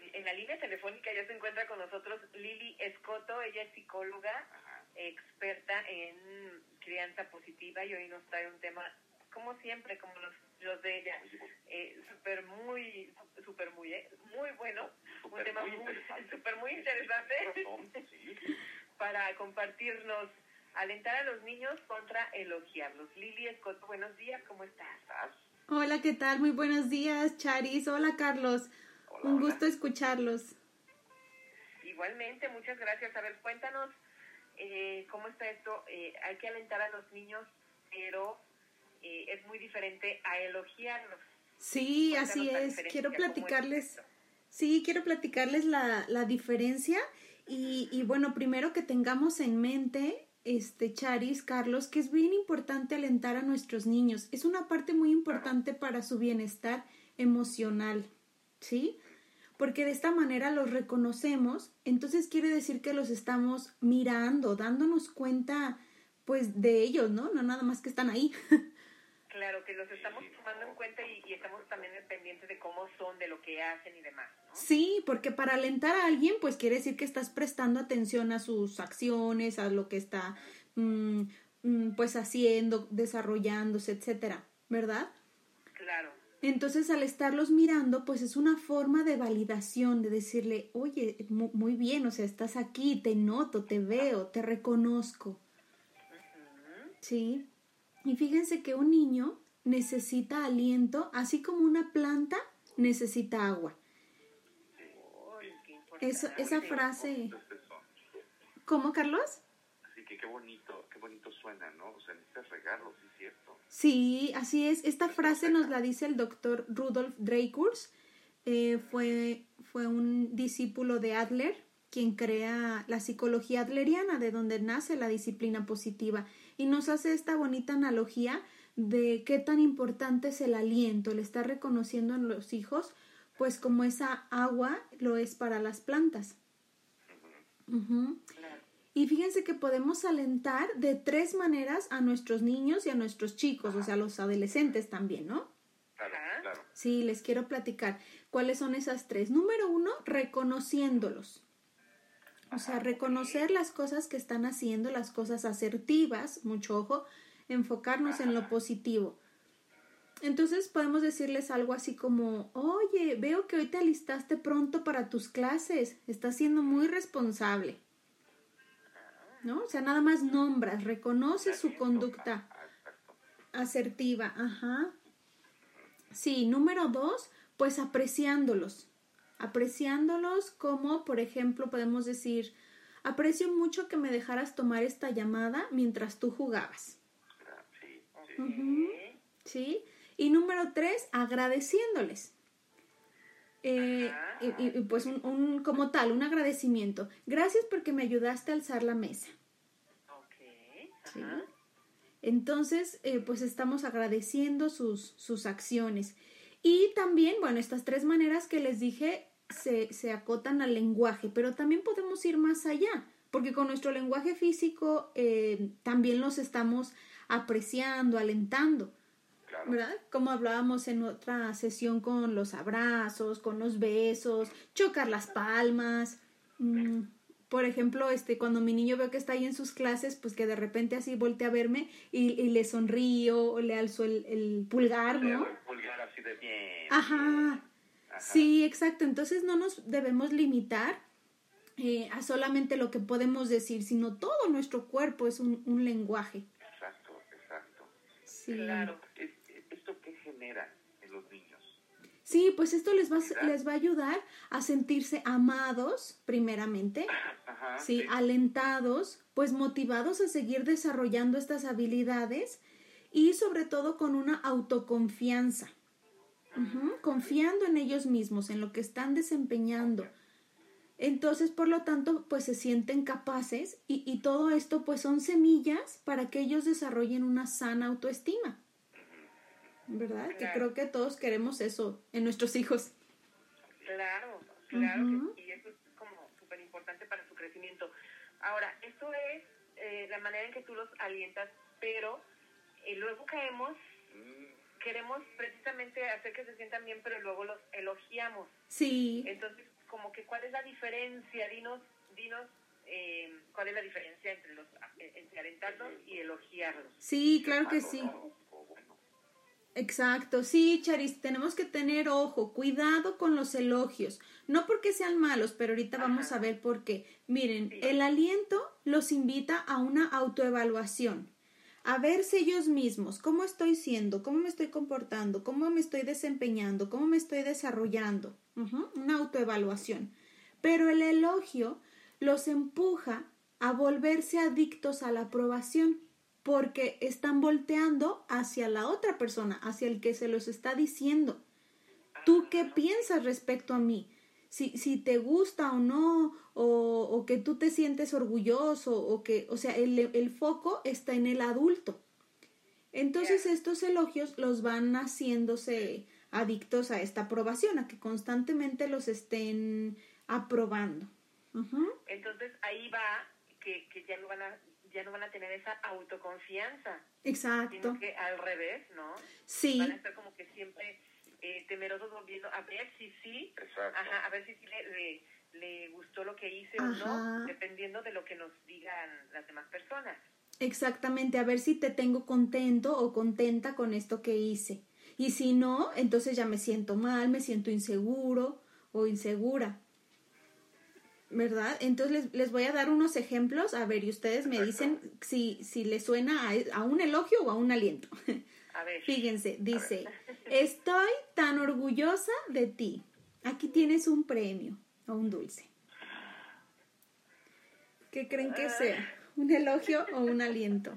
en la línea telefónica ya se encuentra con nosotros Lili Escoto. Ella es psicóloga, experta en crianza positiva, y hoy nos trae un tema, como siempre, como los de ella, muy bueno, un tema muy interesante para compartirnos, alentar a los niños contra elogiarlos. Lili Escoto, buenos días, ¿cómo estás? Hola, ¿qué tal? Muy buenos días, Charis. Hola, Carlos. Un gusto escucharlos. Igualmente, muchas gracias. A ver, cuéntanos cómo está esto. Hay que alentar a los niños, pero es muy diferente a elogiarlos. Sí, así es. Quiero platicarles la diferencia y bueno, primero que tengamos en mente, Charis, Carlos, que es bien importante alentar a nuestros niños. Es una parte muy importante para su bienestar emocional, ¿sí? Porque de esta manera los reconocemos, entonces quiere decir que los estamos mirando, dándonos cuenta, pues, de ellos, ¿no? No nada más que están ahí. Claro, que los estamos tomando en cuenta y estamos también pendientes de cómo son, de lo que hacen y demás, ¿no? Sí, porque para alentar a alguien, pues quiere decir que estás prestando atención a sus acciones, a lo que está, pues, haciendo, desarrollándose, etcétera, ¿verdad? Claro. Entonces, al estarlos mirando, pues es una forma de validación, de decirle, oye, muy bien, o sea, estás aquí, te noto, te veo, te reconozco. Uh-huh. Sí. Y fíjense que un niño necesita aliento, así como una planta necesita agua. Esa frase... ¿Cómo, Carlos? Así que qué bonito suena, ¿no? O sea, necesitas regarlo, ¿sí es cierto? Sí, así es. Esta frase nos la dice el doctor Rudolf Dreikurs. Fue un discípulo de Adler, quien crea la psicología adleriana, de donde nace la disciplina positiva. Y nos hace esta bonita analogía de qué tan importante es el aliento, el estar reconociendo en los hijos, pues como esa agua lo es para las plantas. Uh-huh. Y fíjense que podemos alentar de 3 maneras a nuestros niños y a nuestros chicos, o sea, a los adolescentes también, ¿no? Claro. Sí, les quiero platicar. ¿Cuáles son esas 3? Número 1, reconociéndolos. O sea, reconocer las cosas que están haciendo, las cosas asertivas, mucho ojo, enfocarnos en lo positivo. Entonces podemos decirles algo así como, oye, veo que hoy te alistaste pronto para tus clases, estás siendo muy responsable. ¿No? O sea, nada más nombras, reconoces su conducta asertiva. Ajá. Sí, número 2, pues apreciándolos. Apreciándolos como, por ejemplo, podemos decir, aprecio mucho que me dejaras tomar esta llamada mientras tú jugabas. Sí. Uh-huh. Sí. Y número 3, agradeciéndoles. Y pues como tal, un agradecimiento. Gracias porque me ayudaste a alzar la mesa. Okay. ¿Sí? Entonces, pues estamos agradeciendo sus acciones. Y también, bueno, estas 3 maneras que les dije se acotan al lenguaje, pero también podemos ir más allá, porque con nuestro lenguaje físico también los estamos apreciando, alentando. Claro. ¿Verdad? Como hablábamos en otra sesión con los abrazos, con los besos, chocar las palmas. Por ejemplo, cuando mi niño veo que está ahí en sus clases, pues que de repente así voltea a verme y le sonrío o le alzo el pulgar, ¿no? El pulgar así de bien. Ajá. Sí, exacto. Entonces no nos debemos limitar a solamente lo que podemos decir, sino todo nuestro cuerpo es un lenguaje. Exacto. Sí. Claro. ¿Esto qué genera en los niños? Sí, pues esto les va a ayudar a sentirse amados, primeramente, sí, alentados, pues motivados a seguir desarrollando estas habilidades y sobre todo con una autoconfianza, confiando en ellos mismos, en lo que están desempeñando. Entonces, por lo tanto, pues se sienten capaces y todo esto pues son semillas para que ellos desarrollen una sana autoestima. ¿Verdad? Claro. Que creo que todos queremos eso en nuestros hijos. Claro, y eso es como súper importante para su crecimiento. Ahora, esto es la manera en que tú los alientas, pero luego queremos precisamente hacer que se sientan bien, pero luego los elogiamos. Sí. Entonces, como que cuál es la diferencia, dinos cuál es la diferencia entre alentarlos y elogiarlos. Sí, claro que sí. Exacto, sí, Charis, tenemos que tener ojo, cuidado con los elogios, no porque sean malos, pero ahorita vamos a ver por qué. Miren, el aliento los invita a una autoevaluación, a verse ellos mismos, cómo estoy siendo, cómo me estoy comportando, cómo me estoy desempeñando, cómo me estoy desarrollando, una autoevaluación. Pero el elogio los empuja a volverse adictos a la aprobación, porque están volteando hacia la otra persona, hacia el que se los está diciendo. ¿Tú qué piensas respecto a mí? Si te gusta o no, o que tú te sientes orgulloso, o sea, el foco está en el adulto. Entonces estos elogios los van haciéndose adictos a esta aprobación, a que constantemente los estén aprobando. Entonces ahí va que ya no van a tener esa autoconfianza. Exacto. Sino que al revés, ¿no? Sí. Van a estar como que siempre temerosos, volviendo a ver si sí, a ver si sí le gustó lo que hice o no, dependiendo de lo que nos digan las demás personas. Exactamente, a ver si te tengo contento o contenta con esto que hice. Y si no, entonces ya me siento mal, me siento inseguro o insegura. ¿Verdad? Entonces les voy a dar unos ejemplos, a ver, y ustedes me dicen si les suena a un elogio o a un aliento. A ver. Fíjense, dice, estoy tan orgullosa de ti. Aquí tienes un premio o un dulce. ¿Qué creen que sea? ¿Un elogio o un aliento?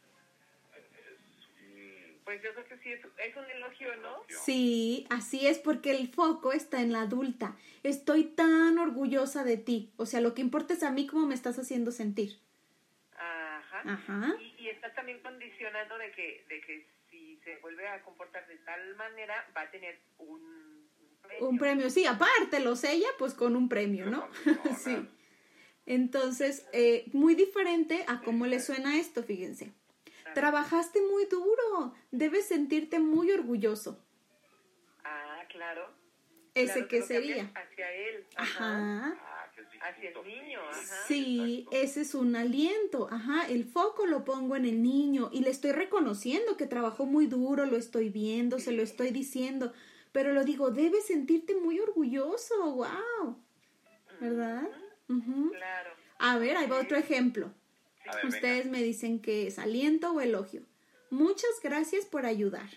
Pues yo creo que sí es un elogio, ¿no? Sí, así es, porque el foco está en la adulta. Estoy tan orgullosa de ti. O sea, lo que importa es a mí cómo me estás haciendo sentir. Ajá. Y está también condicionando de que si se vuelve a comportar de tal manera, va a tener un premio. Un premio, sí, aparte lo sella, pues con un premio, ¿no? Sí. Entonces, muy diferente a cómo le suena esto, fíjense. Trabajaste muy duro, debes sentirte muy orgulloso. Claro. ¿Ese qué sería? Hacia él. Ajá. Hacia el niño. Ajá. Sí, exacto. Ese es un aliento. Ajá, el foco lo pongo en el niño y le estoy reconociendo que trabajó muy duro, lo estoy viendo, se lo estoy diciendo, pero lo digo, debes sentirte muy orgulloso, wow. ¿Verdad? Claro. A ver, ahí va otro ejemplo. A ver, ustedes me dicen que es aliento o elogio. Muchas gracias por ayudar.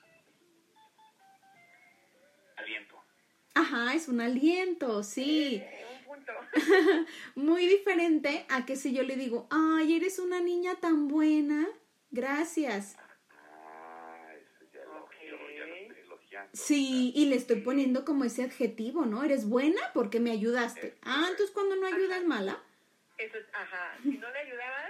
Aliento. Ajá, es un aliento, sí. Un punto. Muy diferente a que si yo le digo, ay, eres una niña tan buena, gracias. Ese ya lo estoy elogiando. Sí, y le estoy poniendo como ese adjetivo, ¿no? Eres buena porque me ayudaste. Entonces cuando no ayudas, mala. Eso es, si no le ayudabas,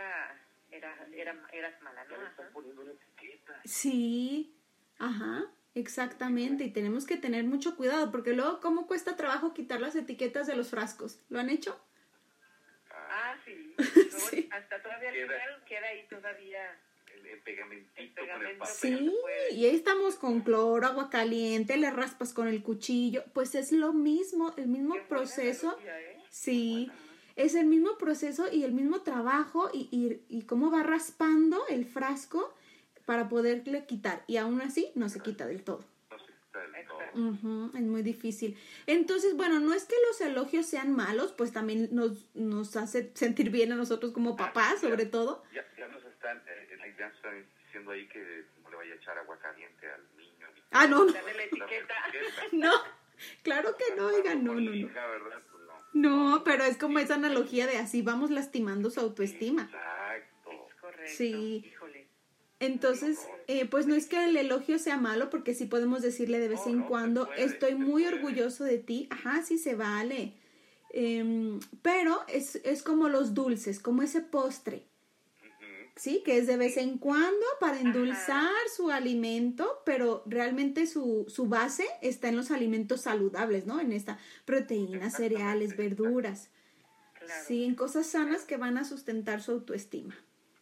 eras mala, ¿no? Ya le están poniendo una etiqueta. Sí, exactamente, y tenemos que tener mucho cuidado, porque luego, ¿cómo cuesta trabajo quitar las etiquetas de los frascos? ¿Lo han hecho? Sí. Luego, Sí. Hasta todavía al final queda ahí todavía El pegamentito con el pegamento. papel. Sí, y ahí estamos con cloro, agua caliente, le raspas con el cuchillo, pues es lo mismo, el mismo proceso. Sí, es el mismo proceso y el mismo trabajo y cómo va raspando el frasco para poderle quitar. Y aún así no se quita del todo. No se quita del todo. Es muy difícil. Entonces, bueno, no es que los elogios sean malos, pues también nos hace sentir bien a nosotros como papás, sobre todo. Ya nos están diciendo ahí que no le vaya a echar agua caliente al niño. No. Dale la etiqueta. No, claro que no, oigan, no. ¿Verdad? No, pero es como esa analogía de así vamos lastimando su autoestima. Exacto. Es correcto. Sí. Híjole. Entonces, pues no es que el elogio sea malo, porque sí podemos decirle de vez en cuando, estoy muy orgulloso de ti. Sí se vale. Pero es como los dulces, como ese postre. Sí, que es de vez en cuando para endulzar su alimento, pero realmente su base está en los alimentos saludables, ¿no? En esta proteínas, cereales, verduras. Claro. Sí, en cosas sanas que van a sustentar su autoestima.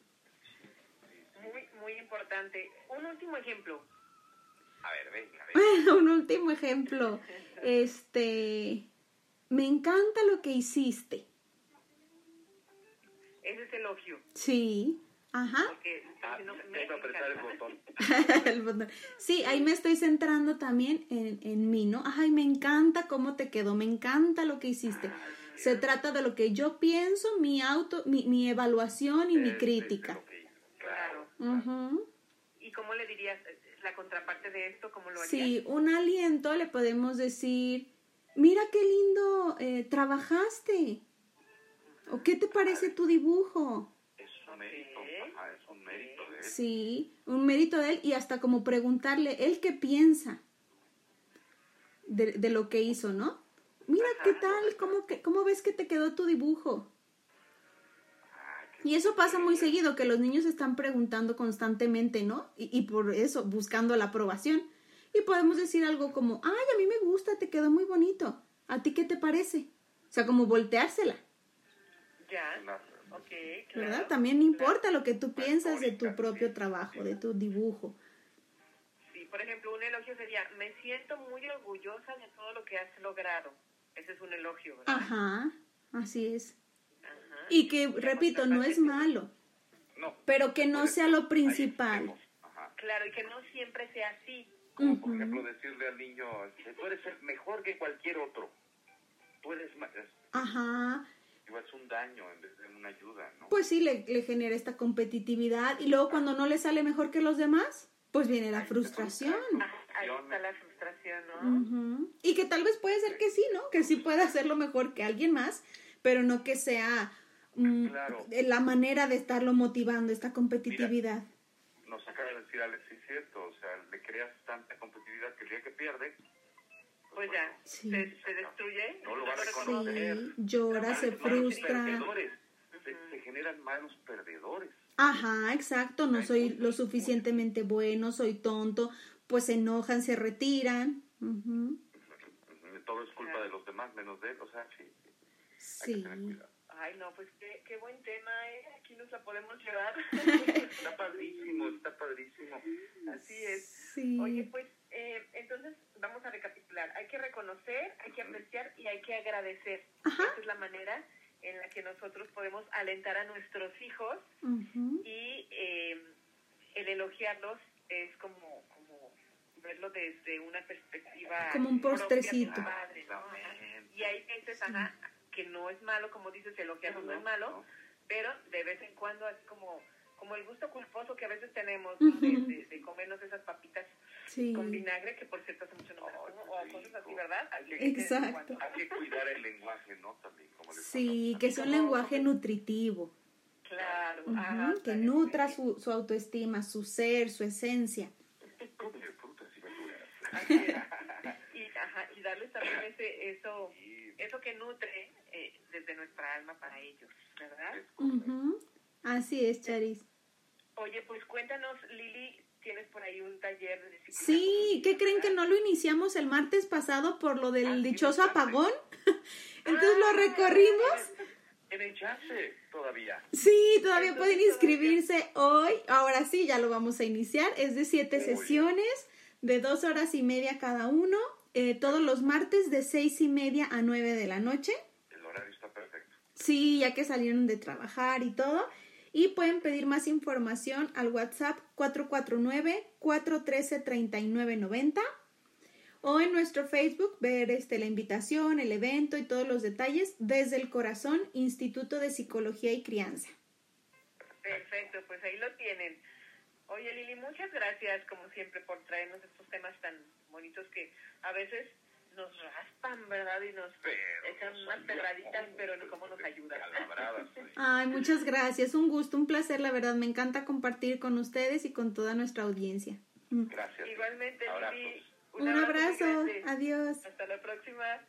Muy importante. Un último ejemplo. A ver, venga. Un último ejemplo. me encanta lo que hiciste. Ese es elogio. Sí, ajá. Porque está diciendo que me Tengo que apretar el encanta. botón. El botón. Sí, ahí me estoy centrando también en mí, ¿no? Ay, me encanta cómo te quedó, me encanta lo que hiciste. Se trata de lo que yo pienso, mi evaluación y mi crítica. Lo que hizo. Claro. Ujú. ¿Y cómo le dirías la contraparte de esto? ¿Cómo lo harías? Sí, un aliento le podemos decir, mira qué lindo trabajaste. ¿O qué te parece tu dibujo? Es un mérito, ajá, es un mérito de él. Sí, un mérito de él y hasta como preguntarle, ¿él qué piensa de lo que hizo, no? Mira, ¿qué tal? ¿Cómo ves que te quedó tu dibujo? Y eso pasa muy seguido, que los niños están preguntando constantemente, ¿no? Y por eso, buscando la aprobación. Y podemos decir algo como, ay, a mí me gusta, te quedó muy bonito. ¿A ti qué te parece? O sea, como volteársela, Ya, Una- ok, claro. ¿verdad? También importa lo que tú piensas de tu propio trabajo, de tu dibujo. Sí, por ejemplo, un elogio sería, me siento muy orgullosa de todo lo que has logrado. Ese es un elogio, ¿verdad? Ajá, así es. Ajá. Y que, La repito, no es contraparte malo, No, pero que no por sea eso, lo hay principal. extremos. Ajá. Claro, y que no siempre sea así. Como por ejemplo decirle al niño, tú eres mejor que cualquier otro. Tú eres más. Ajá, Es un daño en vez de una ayuda, ¿no? pues sí, le genera esta competitividad. Y luego cuando no le sale mejor que los demás, pues viene la frustración. Ahí está la frustración, ¿no? Ujú. Y que tal vez puede ser que sí, ¿no? Que sí pueda hacerlo mejor que alguien más, pero no que sea Claro. la manera de estarlo motivando, esta competitividad. Nos acaba de decir Alex, sí es cierto, o sea, le creas tanta competitividad que el día que pierde, Pues ya, Sí. se destruye. No lo va a No reconocer. Sí, llora, se malos frustra. perdedores. Se generan malos perdedores. Ajá, exacto, no soy lo suficientemente bueno, soy tonto, pues se enojan, se retiran. Ujú. Todo es culpa de los demás menos de él, o sea, sí. Hay que Sí. tener cuidado. Ay, no, pues qué buen tema, ¿eh? Aquí nos la podemos llevar. Está padrísimo, está padrísimo. Así es. Sí. Oye, pues, entonces vamos a recapitular. Hay que reconocer, hay que apreciar y hay que agradecer. Ajá. Esa es la manera en la que nosotros podemos alentar a nuestros hijos Ujú. y el elogiarlos es como verlo desde una perspectiva Como un propia, postrecito. padre, ¿no? Y hay veces, ajá, que no es malo, como dices, elogiarlos no es malo, No. pero de vez en cuando es como el gusto culposo que a veces tenemos, ¿no? Ujú. de comernos esas papitas Sí. con vinagre, que por cierto hace mucho no me las como, o cosas así, ¿verdad? Hay que- Exacto. Hay que cuidar el lenguaje, ¿no? También, como les Sí, pasó. que es un lenguaje nutritivo, Claro, ujú, ajá, que nutra su autoestima, su ser, su esencia. Come frutas y verduras. Así es. Y darles también eso que nutre desde nuestra alma para ellos, ¿verdad? Ujú. Así es, Charis. Oye, pues cuéntanos, Lili, tienes por ahí un taller de disciplina. Sí, ¿qué creen que no lo iniciamos el martes pasado por lo del dichoso apagón? Entonces lo recorrimos. Tienen chance todavía. Sí, todavía Entonces, pueden inscribirse hoy. Ahora sí, ya lo vamos a iniciar. Es de 7 Muy bien. sesiones, de 2 horas y media cada uno. Todos los martes de 6:30 a 9 de la noche. El horario está perfecto. Sí, ya que salieron de trabajar y todo. Y pueden pedir más información al WhatsApp 449-413-3990 o en nuestro Facebook ver la invitación, el evento y todos los detalles desde el corazón Instituto de Psicología y Crianza. Perfecto, pues ahí lo tienen. Oye, Lili, muchas gracias, como siempre, por traernos estos temas tan bonitos que a veces nos raspan, ¿verdad? Y nos echan unas pedraditas, pero no cómo nos ayudan. Calabradas, oye. Ay, muchas gracias. Un gusto, un placer, la verdad. Me encanta compartir con ustedes y con toda nuestra audiencia. Gracias. Igualmente, Abrazos. Lili. Un abrazo. muy grande. Adiós. Hasta la próxima.